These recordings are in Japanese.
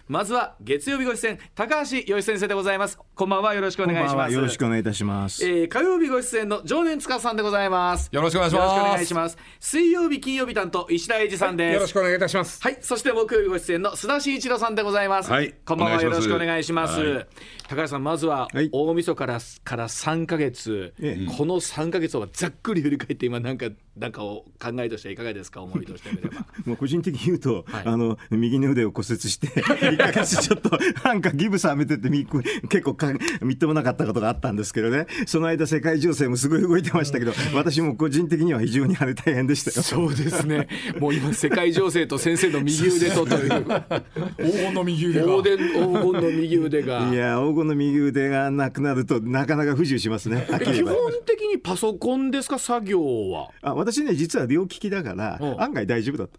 まずは月曜日ご出演高橋洋一先生でございます。こんばんは、よろしくお願いします。 よろしくお願いいたします。 火曜日ご出演の常年塚さんでございます。 よろしくお願いします。 よろしくお願いします。水曜日金曜日担当石田英二さんです。 よろしくお願いいたします。 はい、そして木曜日ご出演の須田慎一郎さんでございます。 はい、 こんばんは、よろしくお願いします。 はい、 高橋さん、まずは大晦日から3ヶ月、この3ヶ月をざっくり振り返って今なんかを考えとしてはいかがですか、思いとしてみれば。 もう個人的に言うと、右の腕を骨折して1ヶ月ちょっとなんかギブスはめてて結構みっともなかったことがあったんですけどね。その間世界情勢もすごい動いてましたけど、私も個人的には非常に大変でしたよ。 そうですね、もう今世界情勢と先生の右腕という黄金の右腕が黄金の右腕がいや、黄金の右腕がなくなるとなかなか不自由しますね。 基本的にパソコンですか、作業は。 私ね、実は両利きだから案外大丈夫だった。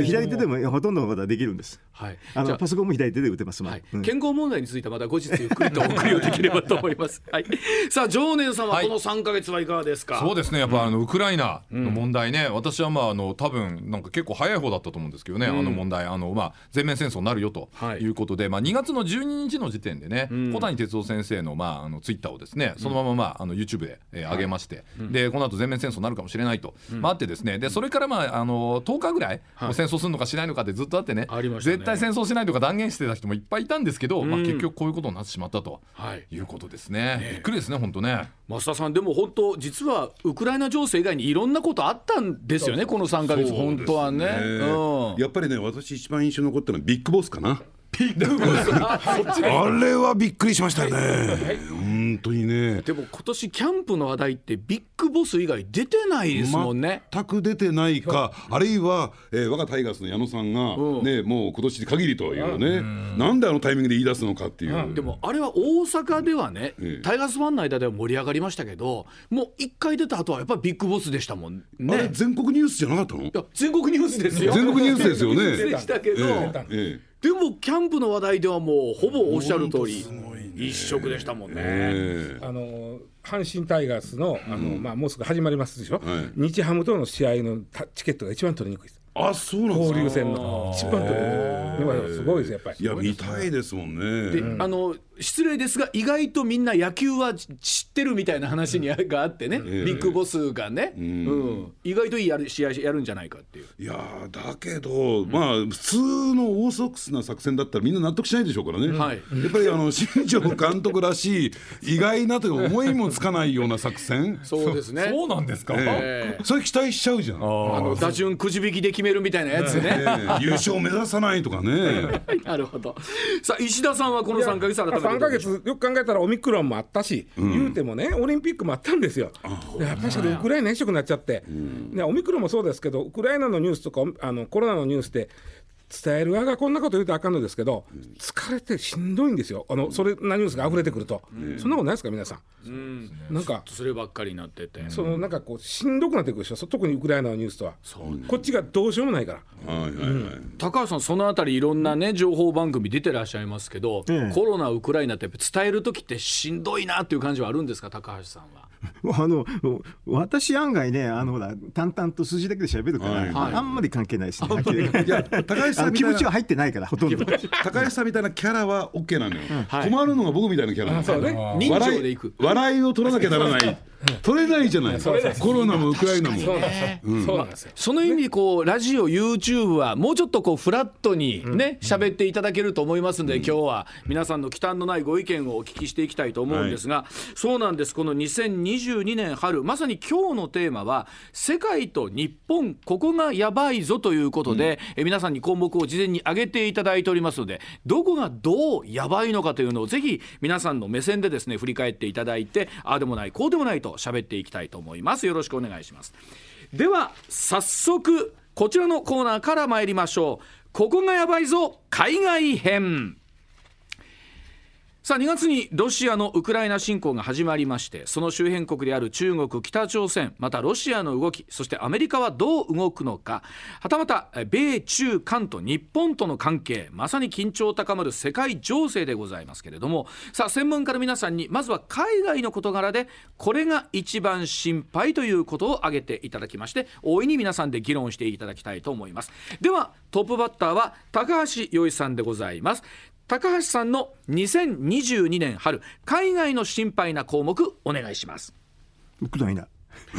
左手でもほとんどまだできるんです。 はい、 パソコンも左手で打てます。 健康問題についてはまた後日ゆっくりと送りをできればと思います。はい、さあ常年さんはこの3ヶ月はいかがですか。 そうですね、やっぱウクライナの問題ね、私は多分なんか結構早い方だったと思うんですけどね、問題全面戦争になるよということで、2月の12日の時点でね、小谷哲夫先生のツイッターをですね、そのままYouTube で上げまして、でこの後全面戦争になるかもしれないとあってですね、でそれから10日ぐらい戦争するのかしないのかってずっとあってね、絶対戦争しないとか断言してた人もいっぱいいたんですけど、結局こういうことになってしまったということですね。びっくりですね、本当ね。 増田さん、でも本当実はウクライナ情勢以外にいろんなことあったんですよね、この3ヶ月。本当はね、 やっぱりね、私一番印象に残ったのはビッグボスかな。 ビッグボスあれはびっくりしましたよね、本当にね。 でも今年キャンプの話題ってビッグボス以外出てないですもんね。 全く出てないか、あるいは、我がタイガースの矢野さんが、ね、もう今年限りというね、なんであのタイミングで言い出すのかっていう、 でもあれは大阪ではね、タイガースファンの間では盛り上がりましたけど、もう1回出た後はやっぱりビッグボスでしたもんね。 あれ全国ニュースじゃなかったの。 いや、全国ニュースですよ。 全国ニュースですよね。 でしたけど、でもキャンプの話題ではもうほぼおっしゃる通り一色でしたもんね。 阪神タイガースのもうすぐ始まりますでしょ、日ハムとの試合のチケットが一番取りにくいです。 あ、そうなんですか。 交流戦の一番取りにくい。すごいです、やっぱり。 いや、見たいですもんね。 で、失礼ですが意外とみんな野球は知ってるみたいな話があってね、ビッグボスがね、意外といい試合やるんじゃないかっていう。 いやだけど、普通のオーソドックスな作戦だったらみんな納得しないでしょうからね、やっぱり新庄監督らしい意外なという思いもつかないような作戦そうですね。 そうなんですか。 それ期待しちゃうじゃん。 打順くじ引きで決めるみたいなやつね、 優勝目指さないとかねなるほど。さあ石田さんはこの3ヶ月改めて 3ヶ月よく考えたらオミクロンもあったし、言うてもねオリンピックもあったんですよ。やっぱりウクライナ一色になっちゃって、オミクロンもそうですけど、ウクライナのニュースとかコロナのニュースで伝える側がこんなこと言うとあかんのですけど、疲れてしんどいんですよ。それなニュースが溢れてくると、そんなことないですか皆さん。なんかそればっかりになってて、 なんかこうしんどくなってくるでしょ、特にウクライナのニュースとは。こっちがどうしようもないから。 高橋さん、そのあたりいろんなね情報番組出てらっしゃいますけど、コロナウクライナってやっぱ伝える時ってしんどいなっていう感じはあるんですか、高橋さんは。 私案外ね、淡々と数字だけで喋るから、あんまり関係ないですね。 いや、高橋さん気持ちは入ってないからほとんど。 高橋さんみたいなキャラは OK なのよ、困るのが僕みたいなキャラなの。 人情でいく笑いを取らなきゃならない取れないじゃない、コロナもウクライナも。 その意味ラジオ YouTube はもうちょっとフラットにね喋っていただけると思いますので、今日は皆さんの忌憚のないご意見をお聞きしていきたいと思うんですが、そうなんです。この2022年春、まさに今日のテーマは世界と日本ここがやばいぞということで、皆さんに項目を事前に挙げていただいておりますので、どこがどうやばいのかというのをぜひ皆さんの目線でですね振り返っていただいて、ああでもないこうでもないと喋っていきたいと思います。よろしくお願いします。では早速こちらのコーナーから参りましょう。ここがやばいぞ海外編。 さあ2月にロシアのウクライナ侵攻が始まりまして、その周辺国である中国、北朝鮮、またロシアの動き、そしてアメリカはどう動くのか、はたまた米中韓と日本との関係、まさに緊張高まる世界情勢でございますけれども、さあ専門家の皆さんにまずは海外の事柄でこれが一番心配ということを挙げていただきまして、大いに皆さんで議論していただきたいと思います。ではトップバッターは高橋洋一さんでございます。高橋さんの2022年春海外の心配な項目お願いします。 ウクライナ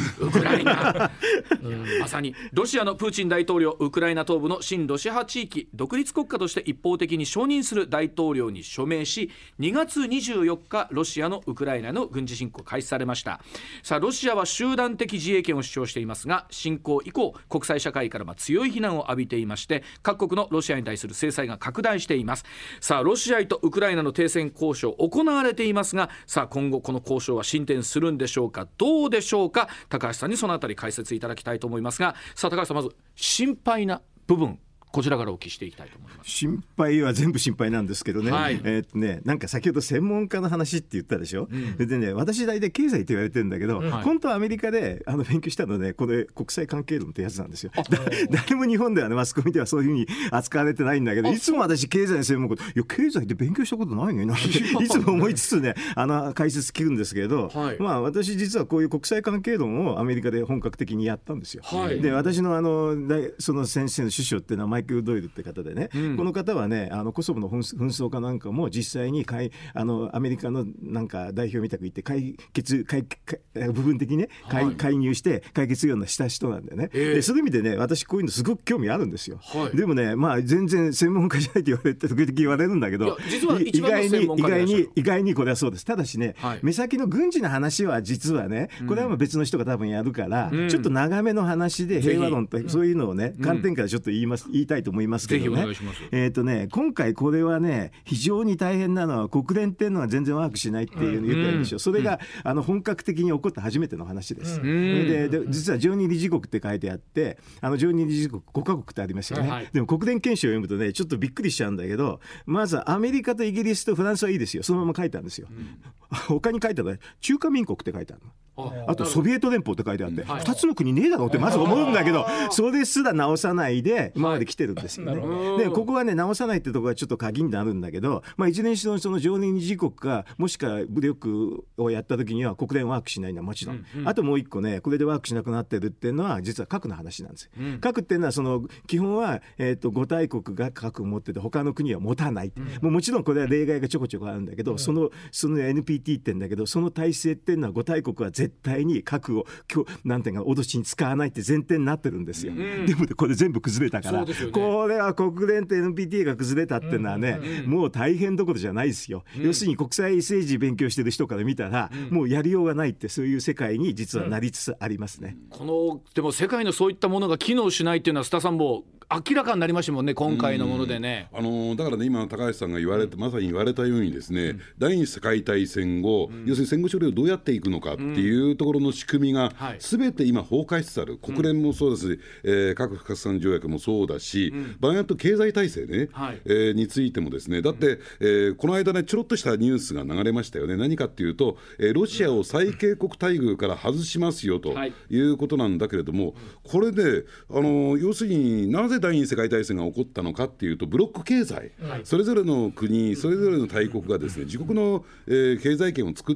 まさにロシアのプーチン大統領、ウクライナ東部の親ロシア派地域独立国家として一方的に承認する大統領に署名し、2月24日ロシアのウクライナの軍事侵攻開始されました。さあロシアは集団的自衛権を主張していますが、侵攻以降国際社会から強い非難を浴びていまして、各国のロシアに対する制裁が拡大しています。さあロシアとウクライナの停戦交渉行われていますが、さあ今後この交渉は進展するんでしょうか、どうでしょうか。高橋さんにそのあたり解説いただきたいと思いますが、さあ高橋さん、まず心配な部分、こちらからお聞きしていきたいと思います。 心配は全部心配なんですけどね、 はい、 なんか先ほど専門家の話って言ったでしょ、でね、私大体経済って言われてるんだけど、本当はアメリカで勉強したのね、これ国際関係論ってやつなんですよ。誰も日本ではね、マスコミではそういうふうに扱われてないんだけど、いつも私経済の専門家、いや経済って勉強したことないのになっていつも思いつつね、解説聞くんですけど、はい、まあ私実はこういう国際関係論をアメリカで本格的にやったんですよ。はい、で私のその先生の師匠っていうのはマイケル・ドイルって方でね、この方はねコソボの紛争かなんかも実際にアメリカのなんか代表みたく言って部分的にね介入して解決するようなした人なんだよね。でそういう意味でね、私こういうのすごく興味あるんですよ。でもね、まあ全然専門家じゃないって言われて時々言われるんだけど、意外にこれはそうです。ただしね、目先の軍事の話は実はね、これは別の人が多分やるから、ちょっと長めの話で平和論とそういうのをね、観点からちょっと言いたいと思いますけどね。今回これはね、非常に大変なのは国連っていうのは全然ワークしないっていうのを言ってるんですよ。それが本格的に起こった初めての話です。で実は常任理事国って書いてあって、常任理事国5カ国ってありますよね。でも国連憲章を読むとね、ちょっとびっくりしちゃうんだけど、まずアメリカとイギリスとフランスはいいですよ、そのまま書いてあるんですよ。他に書いてあるのは中華民国って書いてあるの。あとソビエト連邦って書いてあって、2つの国ねえだろうってまず思うんだけど、それすら直さないで今まで来てるんですよね。でここはね、直さないってところがちょっと鍵になるんだけど、いずれにしろその常任理事国がもしか武力をやった時には国連ワークしないのはもちろん、あともう一個ね、これでワークしなくなってるっていうのは実は核の話なんですよ。核っていうのはその基本は、5大国が核を持ってて他の国は持たない、もちろんこれは例外がちょこちょこあるんだけど、その NPT って言うんだけど、その体制っていうのは5大国は絶対に核をなんていうか脅しに使わないって前提になってるんですよ。でもこれ全部崩れたから、これは国連と NPT が崩れたっていうのはね、もう大変どころじゃないですよ。要するに国際政治勉強してる人から見たら、もうやりようがないって、そういう世界に実はなりつつありますね。 でも世界のそういったものが機能しないっていうのは須田さんも明らかになりましたもんね、今回のものでね。 だからね、今高橋さんがまさに言われたようにですね、第二次世界大戦後、要するに戦後処理をどうやっていくのかっていうところの仕組みが全て今崩壊しつつある。国連もそうですし、核不拡散条約もそうだし、場合によって経済体制ね、についてもですね、だって、この間ね、ちょろっとしたニュースが流れましたよね。何かっていうと、ロシアを最恵国待遇から外しますよということなんだけれども、これで要するになぜ第二次世界大戦が起こったのかっていうと、ブロック経済、それぞれの国、それぞれの大国がですね、自国の、経済圏を作って、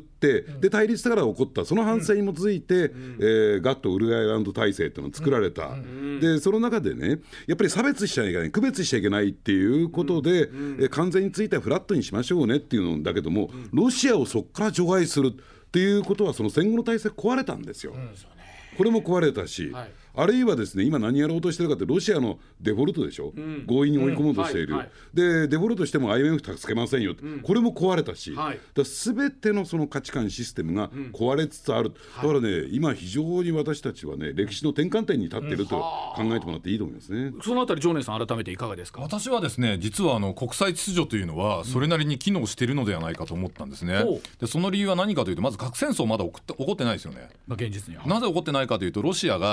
で対立したから起こった、その反省に基づいて、ガットウルグアイランド体制っていうのを作られた。でその中でね、やっぱり差別しちゃいけない、区別しちゃいけないっていうことで、完全についてはフラットにしましょうねっていうのだけども、ロシアをそこから除外するっていうことは、その戦後の体制壊れたんですよ。これも壊れたし、あるいはですね、今何やろうとしてるかって、ロシアのデフォルトでしょ、強引に追い込もうとしている、でデフォルトしても IMF 助けませんよ、これも壊れたし、全てのその価値観システムが壊れつつある。だからね、今非常に私たちはね、歴史の転換点に立っていると考えてもらっていいと思いますね。 そのあたり常念さん、改めていかがですか。 私はですね、実は国際秩序というのはそれなりに機能しているのではないかと思ったんですね。でその理由は何かというと、まず核戦争まだ起こってないですよね。 現実にはなぜ起こってないかというと、ロシアが、NATO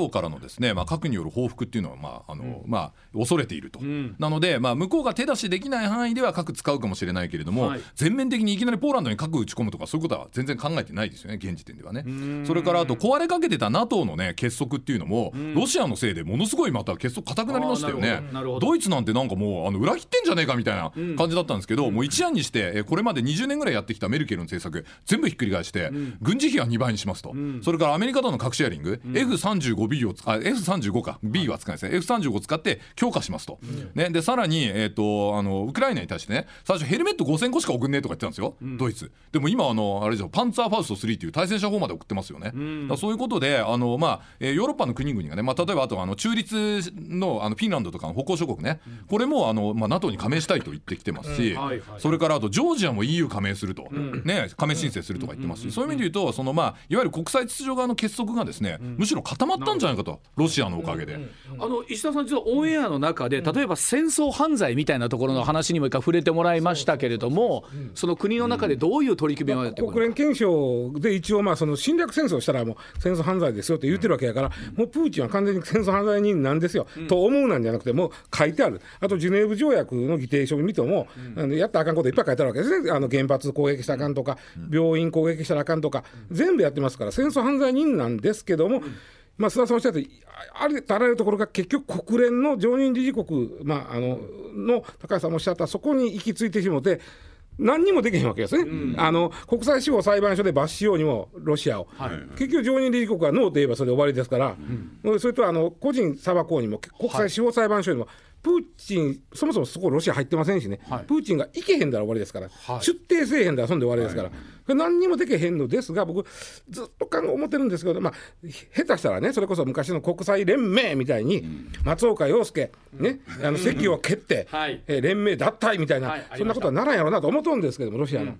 NATO からのですね、核による報復っていうのは恐れていると、なので、向こうが手出しできない範囲では核使うかもしれないけれども、全面的にいきなりポーランドに核打ち込むとかそういうことは全然考えてないですよね、現時点ではね。それからあと壊れかけてた NATO のね結束っていうのも、ロシアのせいでものすごいまた結束固くなりましたよね。ドイツなんてなんかもう裏切ってんじゃねえかみたいな感じだったんですけど、もう一夜にしてこれまで20年ぐらいやってきたメルケルの政策全部ひっくり返して、軍事費は2倍にしますと、それからアメリカとの核シェアリング、F35B をF35 か B は使わないですね、F35 を使って強化しますと、でさらに、ウクライナに対してね、最初ヘルメット5000個しか送んねえとか言ってたんですよ、ドイツでも今あれですよ、パンツァーファウスト3っていう対戦車砲まで送ってますよね。そういうことでヨーロッパの国々がね、例えばあと中立のフィンランドとかの北欧諸国ね、これもNATO に加盟したいと言ってきてますし、それからあとジョージアも EU 加盟すると、加盟申請するとか言ってますし、そういう意味で言うといわゆる国際秩序側の結束がですね、むしろ固まったんじゃないかと、ロシアのおかげで。 石田さん、実はオンエアの中で例えば戦争犯罪みたいなところの話にも一回触れてもらいましたけれども、その国の中でどういう取り組みをやっていくのか。 国連憲章で一応その侵略戦争したらもう戦争犯罪ですよって言ってるわけやから、もうプーチンは完全に戦争犯罪人なんですよ、と思うなんじゃなくて、もう書いてある。あとジュネーブ条約の議定書を見ても、やったらあかんこといっぱい書いてあるわけですね。原発攻撃したらあかんとか、病院攻撃したらあかんとか全部やってますから、戦争犯罪人なんですけども、須田さんおっしゃったように、ありとあらゆるところが結局国連の常任理事国、の高橋さんもおっしゃったそこに行き着いてしまって何にもできへんわけですね、国際司法裁判所で罰しようにもロシアを、結局常任理事国がノーと言えばそれで終わりですから、それと個人裁こうにも国際司法裁判所にも、プーチンそもそもそこロシア入ってませんしね、プーチンが行けへんだら終わりですから、出廷せえへんだらそんで終わりですから、何にもできへんのですが、僕ずっと思ってるんですけど、下手したらね、それこそ昔の国際連盟みたいに、松岡洋介ね、席を蹴って、連盟脱退みたいな、そんなことはならんやろうなと思ってるんですけども、ロシアの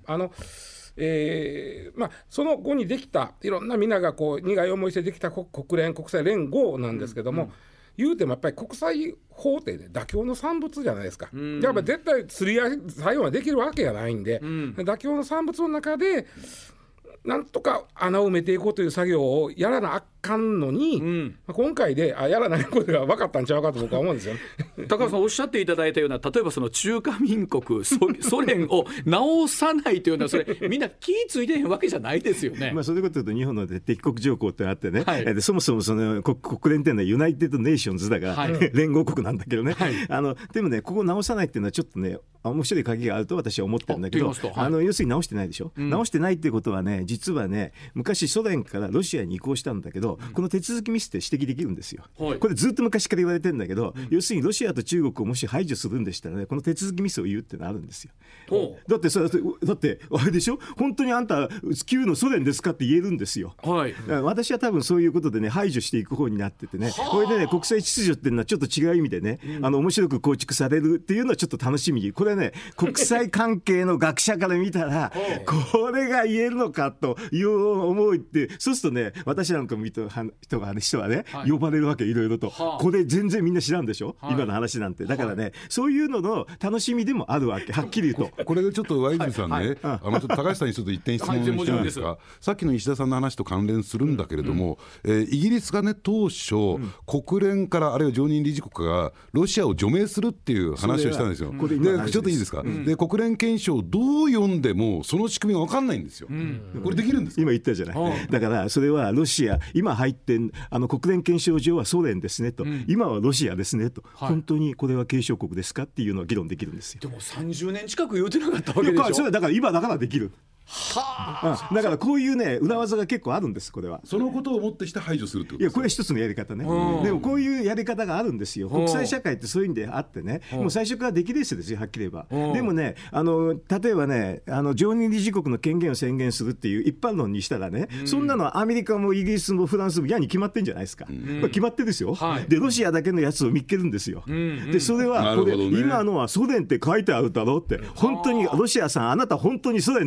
その後にできたいろんなみんなが苦い思いしてできた国際連合なんですけども、言うてもやっぱり国際法廷で妥協の産物じゃないですか。やっぱり絶対釣り合い最後までできるわけがないんで、妥協の産物の中でなんとか穴を埋めていこうという作業をやらなあかんのに、今回でやらないことが分かったんちゃうかと僕は思うんですよね。 高橋さんおっしゃっていただいたような、例えばその中華民国ソ連を直さないというのは、それみんな気ぃついてへんわけじゃないですよね。 そういうこと言うと日本の敵国条項ってあってね、そもそもその国連っていうのはユナイテッドネーションズだが、連合国なんだけどね、でもね、ここを直さないっていうのはちょっとね面白い鍵があると私は思ってるんだけど、要するに直してないでしょ、直してないっていうことはね、実はね、昔ソ連からロシアに移行したんだけど、この手続きミスって指摘できるんですよ、これずっと昔から言われてるんだけど、要するにロシアと中国をもし排除するんでしたらね、この手続きミスを言うってのあるんですよ。だってあれでしょ、本当にあんた旧のソ連ですかって言えるんですよ、私は多分そういうことでね、排除していく方になっててね、これでね、国際秩序っていうのはちょっと違う意味でね、面白く構築されるっていうのはちょっと楽しみ。これね、国際関係の学者から見たらこれが言えるのかという思いって、そうするとね、私なんか見た人はね、呼ばれるわけ、いろいろと。これ全然みんな知らんでしょ、今の話なんて。だからね、そういうのの楽しみでもあるわけ、はっきり言うと。 これでちょっと和泉さんね、ちょっと高橋さんにちょっと一点質問してもいいですか。さっきの石田さんの話と関連するんだけれども、イギリスがね、当初、国連からあるいは常任理事国がロシアを除名するっていう話をしたんですよ。でちょっといいですか、で国連憲章をどう読んでもその仕組みが分かんないんですよ、これできるんですか。 今言ったじゃない、だからそれはロシア、今入って国連憲章上はソ連ですねと、今はロシアですねと、本当にこれは継承国ですかっていうのを議論できるんですよ。 でも30年近く言うてなかったわけでしょ。 それだから今だからできる。だからこういうね裏技が結構あるんです。これはそのことをもってして排除するってことですか。いや、これは一つのやり方ね。でもこういうやり方があるんですよ。国際社会ってそういう意味であってね、もう最初から出来レースですよ、はっきり言えば。でもね、例えばね、常任理事国の権限を宣言するっていう一般論にしたらね、そんなのはアメリカもイギリスもフランスも嫌に決まってんじゃないですか。これ決まってるですよ、でロシアだけのやつを見っけるんですよ。でそれはこれ、今のはソ連って書いてあるだろうって、本当にロシアさんあなた本当にソ連ですかって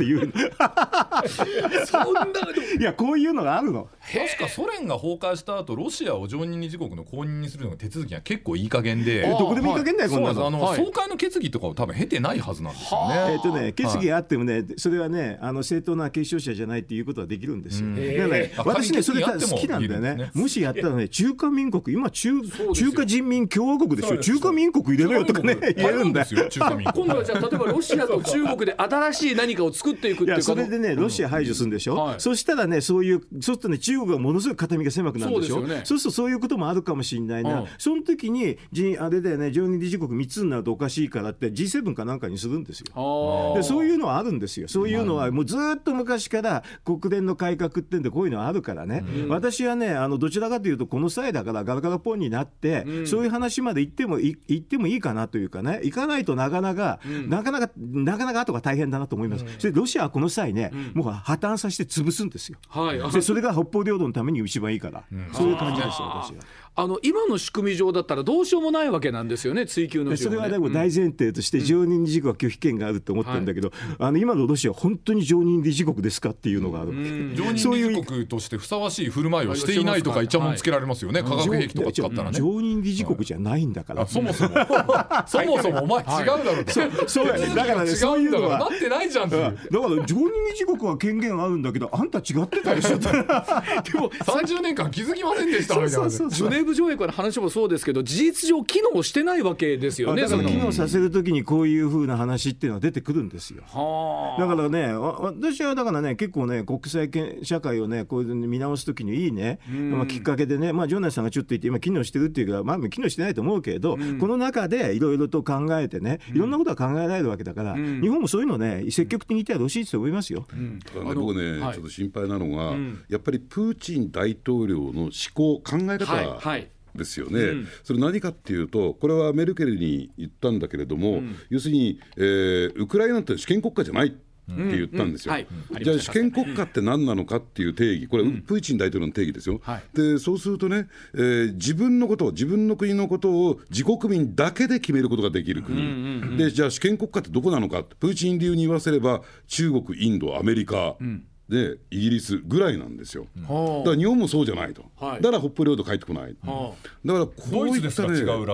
いうそんな。 いやこういうのがあるの。 確かソ連が崩壊した後ロシアを常任理事国の公認にするのが手続きが結構いい加減で、 どこでもいい加減だよ、こんなの。 総会の決議とかを多分経てないはずなんですよね。 決議があってもね、それはね正当な継承者じゃないっていうことはできるんですよ。だからね、私ねそれ好きなんだよね。もしやったらね、中華民国、今中華人民共和国でしょ、中華民国入れろよとかね言えるんだよ。 今度はじゃあ例えばロシアと中国で新しい何かを作っていくっていうか、 それでねロシア排除するんでしょ。そしたらねそうするとね中国がものすごい肩身が狭くなるでしょ。そうするとそういうこともあるかもしれないな。その時にあれだよね、常任理事国3つになるとおかしいからって G7 かなんかにするんですよ。でそういうのはあるんですよ。そういうのはもうずっと昔から国連の改革ってんでこういうのはあるからね。私はねどちらかというとこの際だからガラガラポンになって、そういう話まで行ってもいいかなというかね、行かないとなかなか後が大変だなと思います。それでロシアはこの際ね、もう破綻させて潰すんですよ。でそれが北方領土のために一番いいから、そういう感じですよ私は。 今の仕組み上だったらどうしようもないわけなんですよね、追及のそれはでも大前提として常任理事国は拒否権があると思ってるんだけど、今のロシアは本当に常任理事国ですかっていうのがある。 常任理事国としてふさわしい振る舞いをしていないとかイチャモンつけられますよね。化学兵器とか使ったらね。 常任理事国じゃないんだから、 そもそもお前違うだろうと。 そうやね。だからね、そういうのはなってないじゃんっていう。 だから常任理事国は権限あるんだけど、あんた違ってたでしょ。でも30年間気づきませんでしたみたいな。 ジュネーブ条約の話もそうですけど、事実上機能してないわけですよね。 だから機能させるときにこういう風な話っていうのは出てくるんですよ。だからね、私はだからね、結構ね国際社会をねこういう見直すときにいいね、きっかけでね、ジョナサンがちょっと言って今機能してるっていうか、機能してないと思うけど、この中でいろいろと考えてね、いろんなことが考えられるわけだから、日本もそういうのね積極的に言ってはほしいと思いますよ。 僕ね、ちょっと心配なのが、やっぱりプーチン大統領の思考考え方、ですよね。それ何かっていうと、これはメルケルに言ったんだけれども、要するに、ウクライナって主権国家じゃないって言ったんですよ。じゃあ主権国家って何なのかっていう定義、これプーチン大統領の定義ですよ。でそうするとね、自分の国のことを自国民だけで決めることができる国、でじゃあ主権国家ってどこなのか、プーチン流に言わせれば中国、インド、アメリカ、でイギリスぐらいなんですよ。だから日本もそうじゃないと、だから北方領土帰ってこない、だからこういったね、反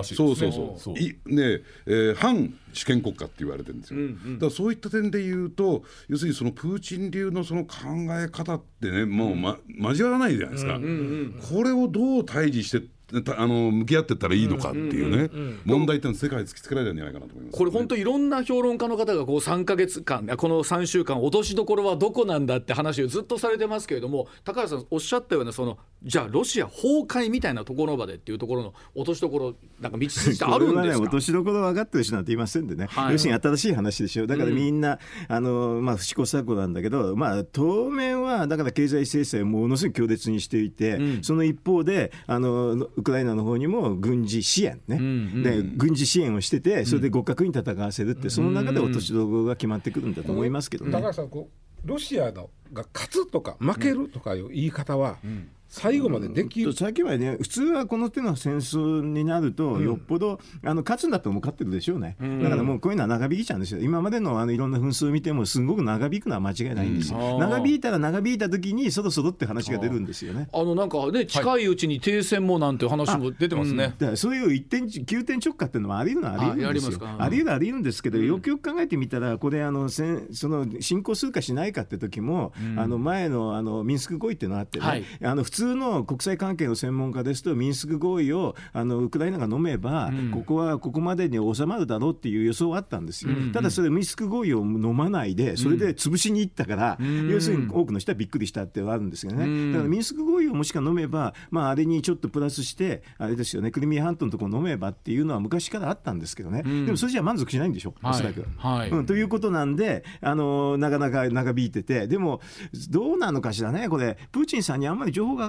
主権国家って言われてるんですよ。だからそういった点で言うと、要するにそのプーチン流のその考え方ってね、もう、交わらないじゃないですか。これをどう対峙して向き合っていったらいいのかっていうね、問題ってのは世界に突きつけられるんじゃないかなと思います、ね。 これ本当いろんな評論家の方がこう3ヶ月間、この3週間落としどころはどこなんだって話をずっとされてますけれども、高橋さんおっしゃったようなじゃあロシア崩壊みたいなところまでっていうところの落としどころ、なんか道筋ってあるんですか。 これはね、落としどころ分かってる人なんて言いませんでね、要するに新しい話でしょ。だからみんな、試行錯誤なんだけど、当面はだから経済制裁をものすごい強烈にしていて、その一方でウクライナの方にも軍事支援ね、で軍事支援をしてて、それで互角に戦わせるって、その中で落としどころが決まってくるんだと思いますけどね。 高橋さん、ロシアが勝つとか負けるとかいう言い方は、最後までできる。 さっきはね、普通はこの手の戦争になると、よっぽど勝つんだとも勝ってるでしょうね。だからもうこういうのは長引いちゃうんですよ。今までのいろんな紛争を見てもすごく長引くのは間違いないんですよ。長引いたら長引いた時にそろそろって話が出るんですよね。 なんかね、近いうちに停戦もなんて話も出てますね。 だからそういう急転直下っていうのもあり得るのはあり得るんですよ。あり得るんですけど、よくよく考えてみたら、これその侵攻するかしないかって時も、前のミンスク合意っていうのがあってね、普通の国際関係の専門家ですと、ミンスク合意をウクライナが飲めば、ここまでに収まるだろうっていう予想はあったんですよ。ただそれミンスク合意を飲まないで、それで潰しに行ったから、要するに多くの人はびっくりしたってあるんですけどね。だからミンスク合意をもしか飲めば、あれにちょっとプラスしてあれですよね、クリミア半島のところ飲めばっていうのは昔からあったんですけどね。でもそれじゃ満足しないんでしょ、おそらく。ということなんで、なかなか長引いてて、でもどうなのかしらね、これプーチンさんにあんまり情報が上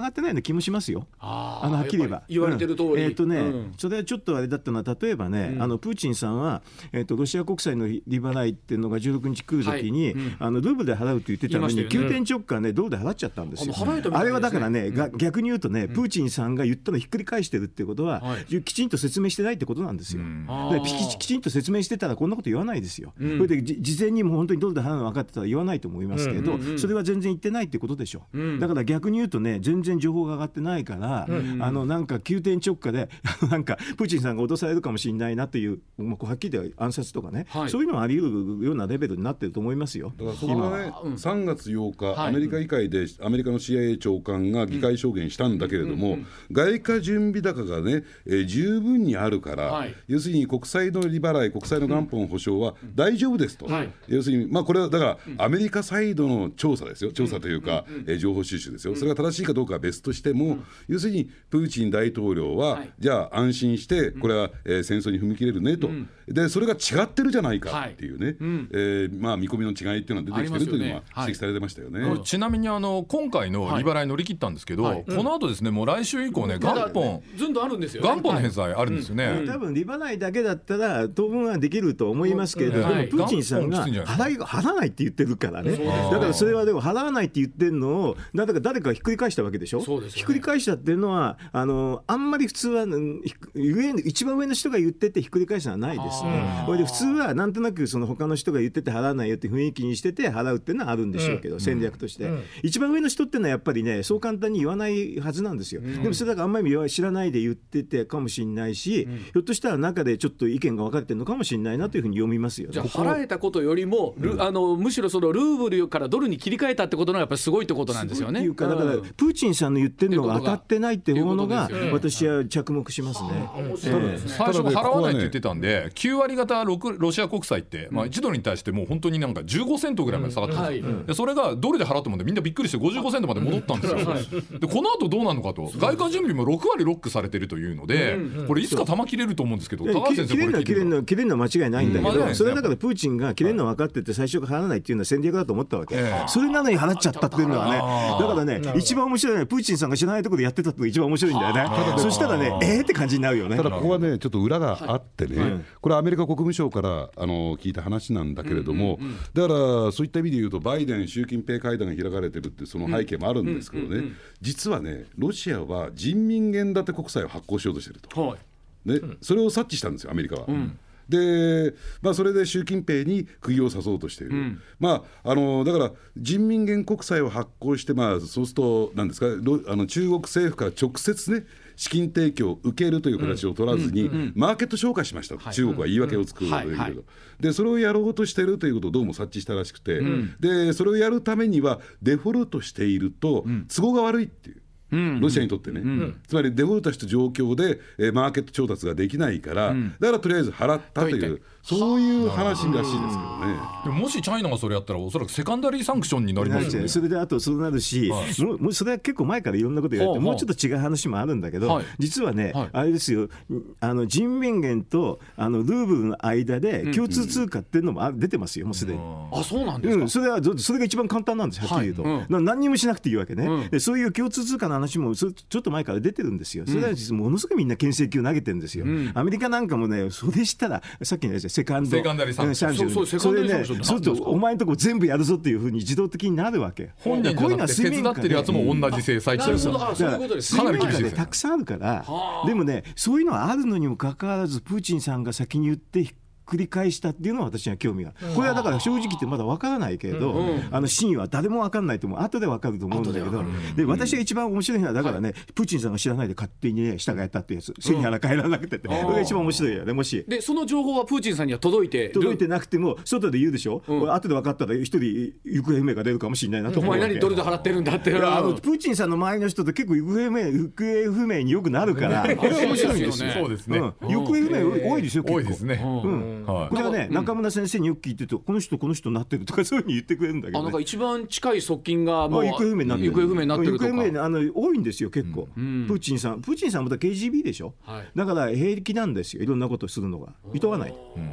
がってないような気もしますよ。はっきり言えば言われてる通り、 それはちょっとあれだったのは、例えばね、プーチンさんは、ロシア国債の利払いっていうのが16日来るときに、ルーブルで払うって言ってたのに、急転直下ね、ドルで払っちゃったんですよ。あれはだからね、逆に言うとね、プーチンさんが言ったのをひっくり返してるっていうことは、きちんと説明してないってことなんですよ。きちんと説明してたらこんなこと言わないですよ。それで事前にも本当にドルで払うの分かってたら言わないと思いますけど、それは全然言ってないってことでしょ。だから逆に言うとね、全然情報が上がってないから、なんか急転直下でなんかプーチンさんが脅されるかもしれないなという、はっきり言って暗殺とかね、そういうのはあり得るようなレベルになってると思いますよ。 だからそれはね、3月8日、アメリカ議会でアメリカの CIA 長官が議会証言したんだけれども、外貨準備高がね、十分にあるから、要するに国債の利払い、国債の元本保証は大丈夫ですと、要するに、これはだからアメリカサイドの調査ですよ、調査というか、情報収集ですよ。それが正しいかどうかは別としても、要するにプーチン大統領は、じゃあ安心してこれは、戦争に踏み切れるねと、でそれが違ってるじゃないかっていうね、見込みの違いっていうのは出てきてるというのは指摘されてましたよね。 ちなみに今回の利払い乗り切ったんですけど、この後ですね、もう来週以降ね、元本ずんとあるんですよ、 元本の返済あるんですよね。 多分利払いだけだったら当分はできると思いますけれど、でもプーチンさんが払わないって言ってるからね。だからそれはでも払わないって言ってるのを誰かひっくり返したわけでしょ。ひっくり返したっていうのはあんまり普通は一番上の人が言っててひっくり返すのはないですね。これで普通はなんとなくその他の人が言ってて払わないよって雰囲気にしてて払うっていうのはあるんでしょうけど、戦略として、一番上の人っていうのはやっぱりね、そう簡単に言わないはずなんですよ。でもそれだからあんまり知らないで言っててかもしれないし、ひょっとしたら中でちょっと意見が分かれてるのかもしれないなというふうに読みますよね。 じゃあ払えたことよりも、むしろそのルーブルからドルに切り替えたってことのやっぱりすごいってことなんですよね。 だからプーチンさんの言ってるのが当たってないっていうのが私は着目しますね。 最初払わないって言ってたんで、9割方ロシア国債って、1ドルに対してもう本当になんか15セントぐらいまで下がってたんですよ。でそれがドルで払ってもんでみんなびっくりして55セントまで戻ったんですよ。でこの後どうなるのかと、外貨準備も6割ロックされてるというので、これいつか玉切れると思うんですけど、高橋先生これ切れるのは間違いないんだけど、それはだからプーチンが切れるの分かってて最初から払わないっていうのは戦略だと思ったわけ。それなのに払っちゃったっていうのはね、だからね、一番面白いのはプーチンさんが知らないところでやってたってのが一番面白いんだよね。そしたらね、って感じになるよね。 ただここはね、ちょっと裏があってね、これはアメリカ国務省から聞いた話なんだけれども、だからそういった意味で言うとバイデン習近平会談が開かれてるってその背景もあるんですけどね、実はね、ロシアは人民元建て国債を発行しようとしてると、それを察知したんですよアメリカは。でそれで習近平に釘を刺そうとしている、だから人民元国債を発行して、そうすると何ですか、中国政府から直接ね資金提供を受けるという形を取らずに、マーケット紹介しましたと、中国は言い訳を作るというけど、でそれをやろうとしているということをどうも察知したらしくて、でそれをやるためにはデフォルトしていると都合が悪いっていう、ロシアにとってね、つまりデフォルトした状況で、マーケット調達ができないから、だからとりあえず払ったという、そういう話らしいですけどね。 でもしチャイナがそれやったらおそらくセカンダリーサンクションになりますよね。 それであとそうなるし、もうそれは結構前からいろんなこと言われて、もうちょっと違う話もあるんだけど、実はね、あれですよ、人民元とルーブルの間で共通通貨っていうのも出てますよ、もうすでに。 そうなんですか。 それが一番簡単なんです、はっきり言うと。何にもしなくていいわけね。でそういう共通通貨の話もちょっと前から出てるんですよ。それはものすごくみんな牽制球投げてるんですよ。アメリカなんかもね、それしたらさっきのやつセカンダリーサンクション、それね、そうするとお前のとこ全部やるぞっていうふうに自動的になるわけ。 本人じゃなくて手伝ってるやつも同じ制裁中。 水面下でたくさんあるから。でもね、そういうのはあるのにもかかわらずプーチンさんが先に言って繰り返したっていうのは私は興味が、これはだから正直言ってまだ分からないけれど、真意は誰も分からないと思う。後で分かると思うんだけど、で私が一番面白いのはだからね、プーチンさんが知らないで勝手にね下がやったってやつ、背に腹変えらなくてって、これが一番面白いよね。もしでその情報はプーチンさんには届いてなくても外で言うでしょ、後で分かったら一人行方不明が出るかもしれないなと思うわけ。 お前何ドルで払ってるんだって。 プーチンさんの周りの人って結構行方不明によくなるから、これは面白いんですよ。 そうですね、 行方不明多いですよ、結構。 多いですね。 これはね、中村先生によく聞いてると、この人になってるとかそういうふうに言ってくれるんだけど、ね、 なんか一番近い側近がもう行方不明になってるとか、多いんですよ結構、プーチンさんもだ KGB でしょ、だから平気なんですよ、いろんなことするのがいとわない。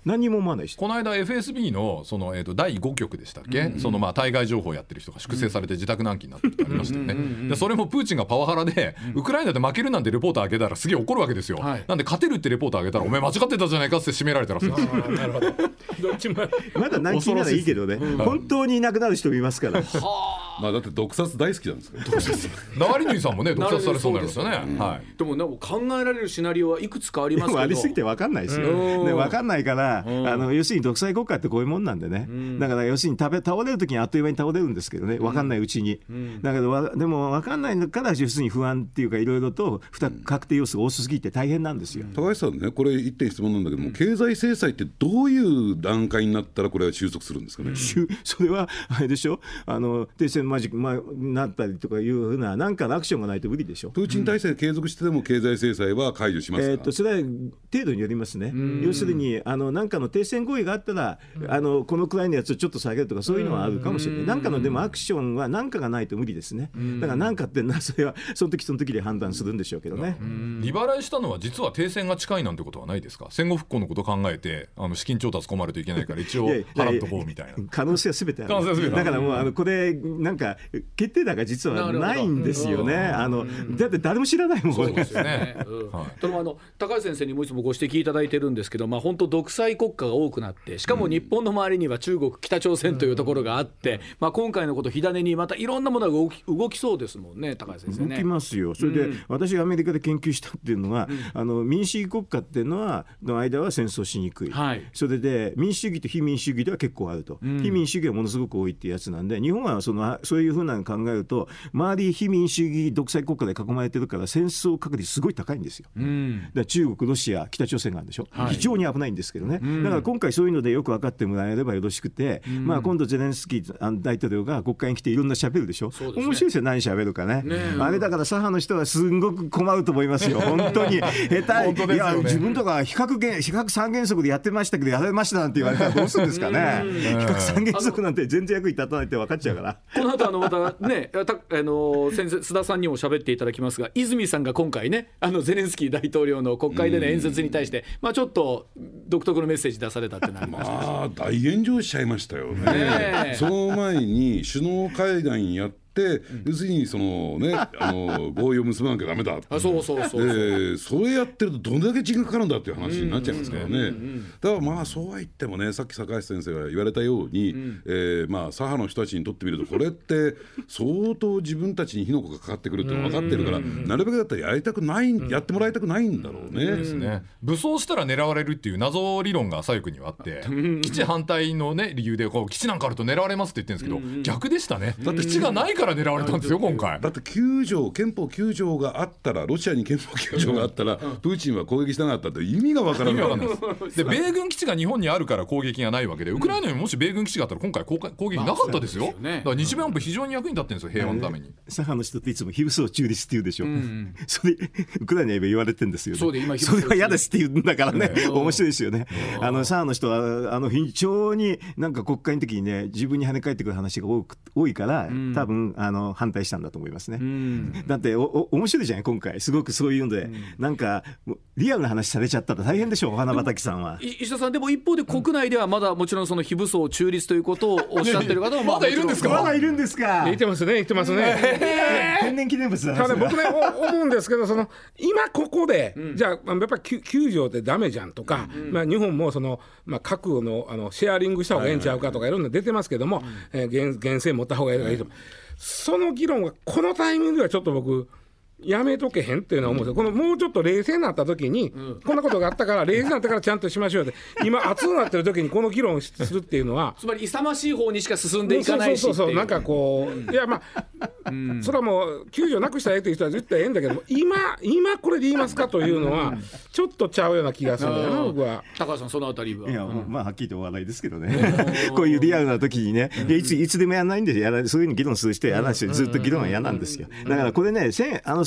何も思わないし、 この間 FSB のその、第5局でしたっけ、そのまあ対外情報をやってる人が粛清されて自宅軟禁になったってありましたよね。でそれもプーチンがパワハラで、ウクライナで負けるなんてレポーターあげたらすげえ怒るわけですよ、なんで勝てるってレポーターあげたらお前間違ってたじゃないかって締められたらしいですよ。 なるほどどっちもまだ軟禁ならいいけどね、本当にいなくなる人もいますから。 まあだって毒殺大好きなんですからナワリヌイさんもね毒殺されそうになりましたね。 でもなんか考えられるシナリオはいくつかありますけど、 ありすぎて分かんないですよ、で分かんないから、要するに独裁国家ってこういうもんなんでね、だから要するに倒れる時にあっという間に倒れるんですけどね、分かんないうちに、だけどでも分かんないから要するに不安っていうかいろいろと不確定要素が多すぎて大変なんですよ。 高橋さんね、これ一点質問なんだけども、経済制裁ってどういう段階になったらこれは収束するんですかね。 それはあれでしょ、停戦マジック、なったりとかいうふうななんかのアクションがないと無理でしょ。 プーチン体制継続してでも経済制裁は解除しますか。 それは程度によりますね。要するになんかの停戦合意があったらこのくらいのやつをちょっと下げるとかそういうのはあるかもしれない。なんかのでもアクションはなんかがないと無理ですね。だからなんかってそれはその時その時で判断するんでしょうけどね。 利払いしたのは実は停戦が近いなんてことはないですか。戦後復興のことを考えて資金調達困るといけないから一応払っとこうみたいな可能性は全てある。だからもうこれなんか決定打が実はないんですよね。だって誰も知らないもん。 そうですよね。高橋先生にもいつもご指摘いただいてるんですけど、本当独裁国家が多くなって、しかも日本の周りには中国北朝鮮というところがあって、今回のこと火種にまたいろんなものが動きそうですもんね。高橋先生ね。 動きますよ。それで私がアメリカで研究したっていうのは、民主主義国家っていうのはの間は戦争しにくい、それで民主主義と非民主主義では結構あると、非民主主義はものすごく多いっていうやつなんで、日本はそういうふうなのを考えると周り非民主主義独裁国家で囲まれてるから戦争確率すごい高いんですよ。だから中国ロシア北朝鮮があるでしょ、非常に危ないんですけどね。だから今回そういうのでよく分かってもらえればよろしくて、今度ゼレンスキー大統領が国会に来ていろんな喋るでしょ。面白いですよ、何喋るかね。あれだから左派の人はすんごく困ると思いますよ本当に下手いや自分とか比較三原則でやってましたけどやられましたなんて言われたらどうするんですかね。比較三原則なんて全然役に立たないって分かっちゃうから。 この後またね先生須田さんにも喋っていただきますが、泉さんが今回ねゼレンスキー大統領の国会での演説に対して、ちょっと独特のメッセージ出されたってなりましたし、 大炎上しちゃいましたよね。その前に首脳会談やって要するに合意を結ばなきゃダメだそうそれやってるとどれだけ時間かかるんだっていう話になっちゃいますからね。だからそうは言ってもね、さっき坂橋先生が言われたように、左派の人たちにとってみるとこれって相当自分たちに火の粉がかかってくるっていうの分かってるから、なるべくだったらやってもらいたくないんだろうね。 ですね。武装したら狙われるっていう謎理論が左翼にはあって基地反対のね理由で基地なんかあると狙われますって言ってるんですけど、逆でしたね。だって基地がないから狙われたんですよ今回。 だって憲法9条があったら、ロシアに憲法9条があったら、プーチンは攻撃しなかったって意味がわからないで米軍基地が日本にあるから攻撃がないわけで、ウクライナにもし米軍基地があったら今回攻撃なかったですよ。だから日米安保非常に役に立ってるんですよ、平和のために。 左派の人っていつも非武装中立って言うでしょ、それウクライナに言われてるんですよね。それは嫌ですって言うんだからね、面白いですよね。左派の人は非常になんか国会の時にね、自分に跳ね返ってくる話が多いから、多分反対したんだと思いますね。だって面白いじゃない今回、すごくそういうので、なんかリアルな話されちゃったら大変でしょう、花畑さんは。 石田さん、でも一方で国内ではまだもちろんその非武装中立ということをおっしゃってる方もまだいるんですか。 まだいるんですか。 言ってますね。 天然記念物だね。 ただ僕ね思うんですけど、今ここで、じゃあやっぱり9条ってダメじゃんとか、日本も核のシェアリングした方がええんちゃうかとかいろんな出てますけども、原生持った方がいいとか、その議論はこのタイミングではちょっと僕やめとけへんっていうのは思うんですよ。もうちょっと冷静になった時に、こんなことがあったから冷静になってからちゃんとしましょうって、今熱くなってる時にこの議論をするっていうのはつまり勇ましい方にしか進んでいかないしっていう、 なんかいやそれはもう救助なくしたらええという人は絶対ええんだけども、今これで言いますかというのはちょっとちゃうような気がするんだよな僕は。 高橋さんそのあたりは。 いや、はっきりとお笑いですけどねこういうリアルな時にね、いつでもやらないんでそういうふうに議論する人やらないし、ずっと議論は嫌なんですよ。だからこれね、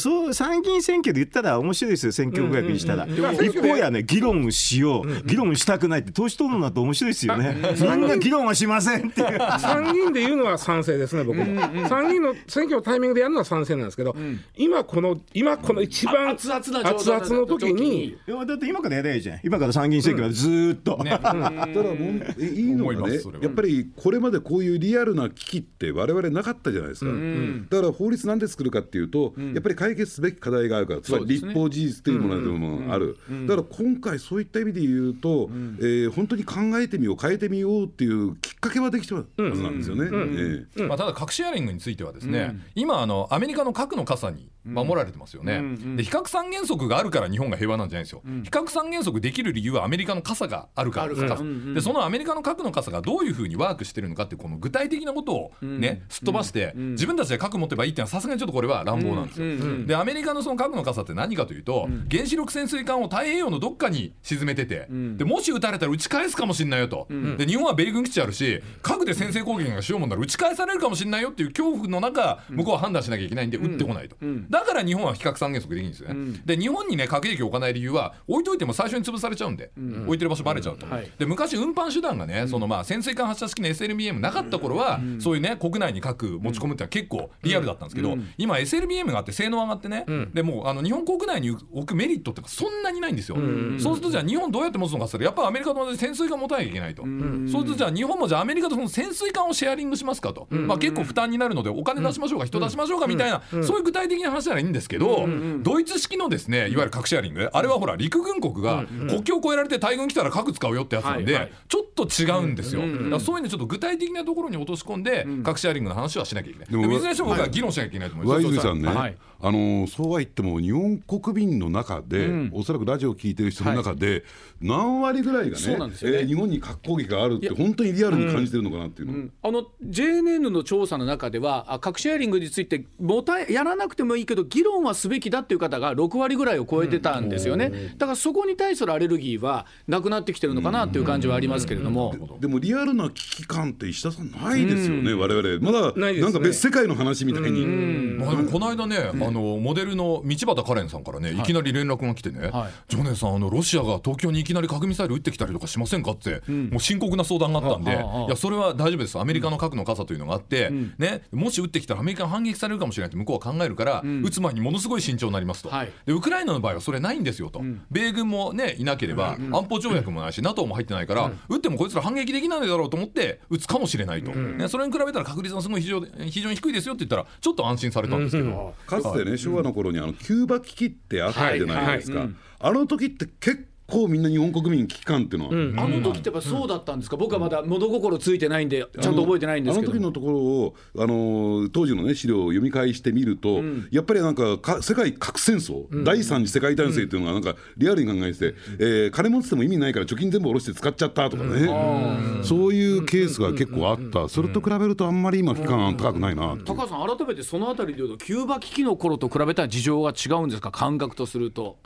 そう参議院選挙で言ったら面白いですよ、選挙公約にしたら。一方やね、議論しよう、議論したくないって党首討論だと面白いですよね。みんな議論はしませんっていう。 参議院で言うのは賛成ですね、僕も。参議院の選挙のタイミングでやるのは賛成なんですけど、今この一番熱々の時に、 だって今からやればいいじゃん。今から参議院選挙はずーっと、 ただいいのがね、やっぱりこれまでこういうリアルな危機って我々なかったじゃないですか。だから法律なんで作るかっていうと、やっぱり解決すべき課題があるから、つまり立法事実というものがある。だから今回そういった意味で言うと、本当に考えてみよう、変えてみようっていうきっかけはできてるはずなんですよね。 ただ核シェアリングについてはですね、今アメリカの核の傘に守られてますよね。で非核三原則があるから日本が平和なんじゃないですよ。非核三原則できる理由はアメリカの傘があるからです。でそのアメリカの核の傘がどういうふうにワークしてるのかっていうこの具体的なことをね、すっ飛ばして、自分たちで核持ってばいいっていうのはさすがにちょっとこれは乱暴なんですよ。でアメリカのその核の傘って何かというと、原子力潜水艦を太平洋のどっかに沈めてて、でもし撃たれたら撃ち返すかもしれないよと。で日本は米軍基地あるし、核で先制攻撃がしようもんなら撃ち返されるかもしれないよっていう恐怖の中、向こうは判断しなきゃいけないんで撃ってこないと。だから日本は非核三原則できるんですよね。で日本にね核兵器を置かない理由は、置いといても最初に潰されちゃうんで、置いてる場所バレちゃうと。で昔運搬手段がね、その潜水艦発射式の SLBM なかった頃は、そういうね国内に核持ち込むってのは結構リアルだったんですけど、今 SLBM があって性能上がってね、でもう日本国内に置くメリットってそんなにないんですよ。そうするとじゃあ日本どうやって持つのかって言ったら、やっぱアメリカと同じ潜水艦持たなきゃいけないと。そうするとじゃあ日本もじゃあアメリカとその潜水艦をシェアリングしますかと。結構負担になるのでお金出しましょうか、人出しましょうかみたいな、そういう具体的な話ならいいんですけど、ドイツ式のですね、いわゆる核シェアリング、あれはほら陸軍国が国境を越えられて大軍来たら核使うよってやつなんで、ちょっと違うんですよ。だからそういうのちょっと具体的なところに落とし込んで、核シェアリングの話はしなきゃいけない。でもいずれにしても僕は議論しなきゃいけないと思います。 上泉さんね、そうは言っても日本国民の中で、おそらくラジオを聞いてる人の中で、何割ぐらいがね、日本に核攻撃があるって本当にリアルに感じてるのかなっていうの。 JNN の調査の中では、核シェアリングについてやらなくてもいいけど議論はすべきだっていう方が6割ぐらいを超えてたんですよね。だからそこに対するアレルギーはなくなってきてるのかなっていう感じはありますけれども、 でもリアルな危機感って石田さんないですよね。我々まだなんか別世界の話みたいに。 でもこの間ね、モデルの道端カレンさんからね、いきなり連絡が来てね、ジョネさんロシアが東京にいきなり核ミサイル撃ってきたりとかしませんかって、もう深刻な相談があったんで、いやそれは大丈夫です、アメリカの核の傘というのがあって、ね、もし撃ってきたらアメリカが反撃されるかもしれないって向こうは考えるから、撃つ前にものすごい慎重になりますと。でウクライナの場合はそれないんですよと。米軍もねいなければ、安保条約もないし NATO も入ってないから、撃ってもこいつら反撃できないだろうと思って撃つかもしれないと、ね、それに比べたら確率がすごい非常に低いですよって言ったらちょっと安心されたんですけど、 かつてね昭和の頃にキューバ危機ってあったじゃないですか。あの時って結構みんな日本国民危機感っていうのは、 あの時ってやっぱそうだったんですか。僕はまだ物心ついてないんでちゃんと覚えてないんですけど、 あの時のところを当時の、ね、資料を読み返してみると、やっぱりなんか世界核戦争、第三次世界大戦っていうのがなんかリアルに考えてて、金持ってても意味ないから貯金全部下ろして使っちゃったとかね、そういうケースが結構あった。それと比べるとあんまり今危機感高くないなって。 高橋さん改めてそのあたりでいうとキューバ危機の頃と比べたら事情が違うんですか、感覚とすると。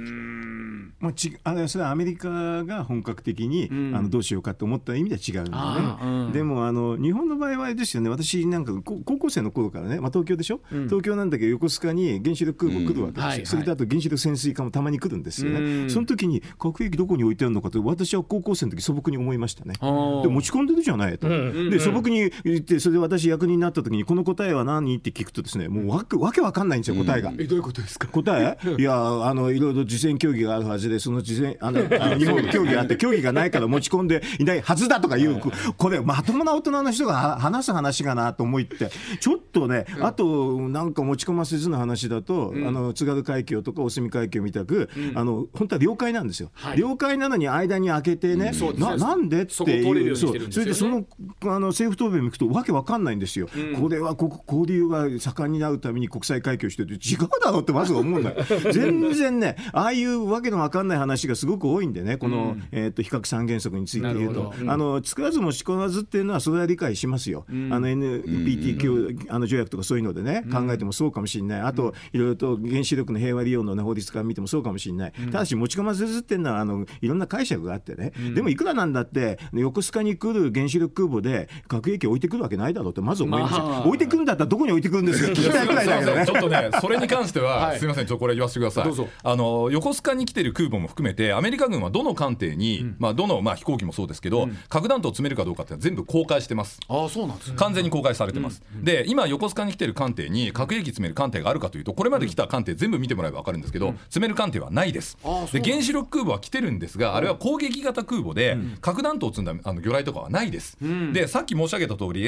それはアメリカが本格的に、どうしようかと思った意味では違うんだね。でも日本の場合はあれですよね。私なんか高校生の頃からね、東京でしょ、東京なんだけど横須賀に原子力空母来るわけですよ。それとあと原子力潜水艦もたまに来るんですよね。その時に核兵器どこに置いてあるのかと私は高校生の時素朴に思いましたね。で持ち込んでるじゃないと。で素朴に言って、それで私役人になった時にこの答えは何って聞くとですね、もうわけわかんないんですよ、答えが。 どういうことですか。 答えいやいろいろ事前協議があるはずで、その事前日本協議があって協議がないから持ち込んでいないはずだとかいう、これまともな大人の人が話す話がなと思ってちょっとね、あとなんか持ち込ませずの話だと、津軽海峡とか大隅海峡みたく、本当は領海なんですよ。領海なのに間に開けてね、なんでっていう、それでその政府答弁を見るとわけわかんないんですよ。これは交流が盛んになるために国際海峡してるって違うだろうってまず思うんだよ。全然ね、ああいうわけの分かんない話がすごく多いんでね、この、比較三原則について言うと、作らずも仕込まずっていうのはそれは理解しますよ。NPT 条約とかそういうのでね、考えてもそうかもしれない。あといろいろと原子力の平和利用の法律から見てもそうかもしれない。ただし持ち込ませずっていうのはいろんな解釈があってね、でもいくらなんだって横須賀に来る原子力空母で核兵器を置いてくるわけないだろうってまず思いますよ。置いてくるんだったらどこに置いてくるんですか、聞きたいくらいだけどね。 ちょっとね、それに関しては、すみません、ちょっとこれ言わせてください。横須賀に来てる空母も含めてアメリカ軍はどの艦艇に、どの飛行機もそうですけど、核弾頭を積めるかどうかって全部公開してます。 そうなんですね。 完全に公開されてます。で今横須賀に来てる艦艇に核兵器積める艦艇があるかというと、これまで来た艦艇全部見てもらえば分かるんですけど、積める艦艇はないです。で原子力空母は来てるんですが、あれは攻撃型空母で、核弾頭を積んだ魚雷とかはないです。でさっき申し上げた通り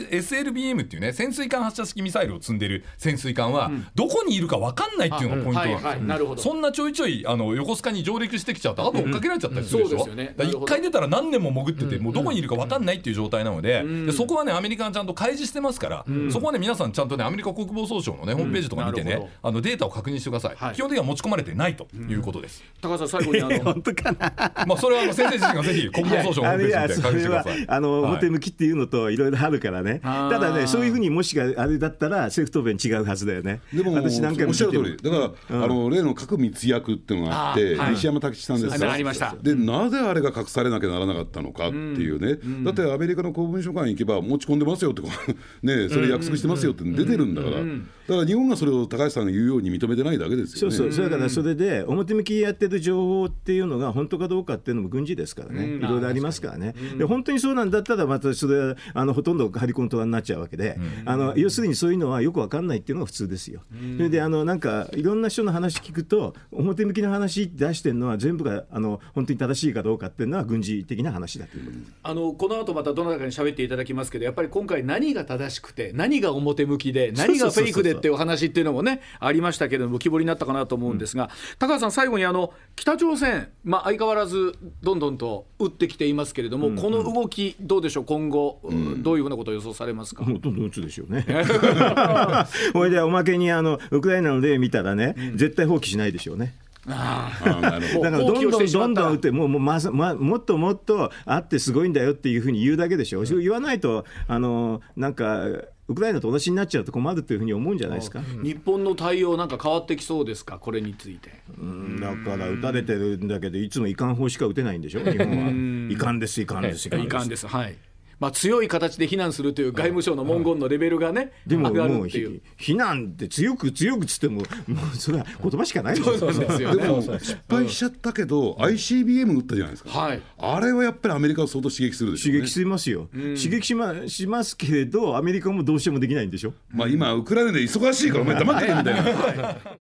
SLBM っていうね、潜水艦発射式ミサイルを積んでる潜水艦は、どこにいるか分かんないっていうのがポイントなんです。そんなちょいちょい横須賀に上陸してきちゃうと、あと追っかけられちゃったりするでしょ。1回出たら何年も潜ってて、もうどこにいるか分かんないっていう状態なので、そこはねアメリカがちゃんと開示してますから、そこはね皆さんちゃんとねアメリカ国防総省のねホームページとか見てね、データを確認してください。基本的には持ち込まれてないということです。 高橋さん最後に本当かな。 それは先生自身がぜひ国防総省のホームページで確認してください。 表向きっていうのといろいろあるからね。ただね、そういうふうにもしがあれだったら政府答弁違うはずだよね。 でも私なんかおっしゃる通りだから、例の核密約っていうのがあって、西山武さんですよ。でなぜあれが隠されなきゃならなかったのかっていうね、だってアメリカの公文書館行けば持ち込んでますよってね、それ約束してますよって出てるんだから、だから日本がそれを高橋さんが言うように認めてないだけですよね。 そうだからそれで表向きやってる情報っていうのが本当かどうかっていうのも軍事ですからね、いろいろありますからね。で本当にそうなんだったらまたそれはほとんどハリコントラになっちゃうわけで、要するにそういうのはよく分かんないっていうのが普通ですよ。それでなんかいろんな人の話聞くと、表向きの話出してるのは全部が本当に正しいかどうかっていうのは軍事的な話だということです。 この後またどなたかに喋っていただきますけど、やっぱり今回何が正しくて何が表向きで何がフェイクでっていうお話っていうのもねありましたけれども、浮き彫りになったかなと思うんですが、高橋さん最後に北朝鮮、相変わらずどんどんと撃ってきていますけれども、この動きどうでしょう、今後、どういうふうなことを予想されますか。 どんどん撃つでしょうね。それでおまけにウクライナの例見たらね、絶対放棄しないでしょうね。だからどんどん打ってもっともっとあってすごいんだよっていうふうに言うだけでしょ。そう言わないとなんかウクライナと同じになっちゃうと困るというふうに思うんじゃないですか。 日本の対応なんか変わってきそうですか、これについて。 だから撃たれてるんだけどいつも遺憾砲しか撃てないんでしょ日本は。遺憾です遺憾です。 はい。強い形で非難するという外務省の文言のレベルがね、 でももう非難って強くつってもそれは言葉しかないですよ。 でも失敗しちゃったけど ICBM 撃ったじゃないですか、あれはやっぱりアメリカを相当刺激するでしょうね。 刺激しますよ、刺激しますけれどアメリカもどうしてもできないんでしょ。 今ウクライナで忙しいからお前黙ってるみたいな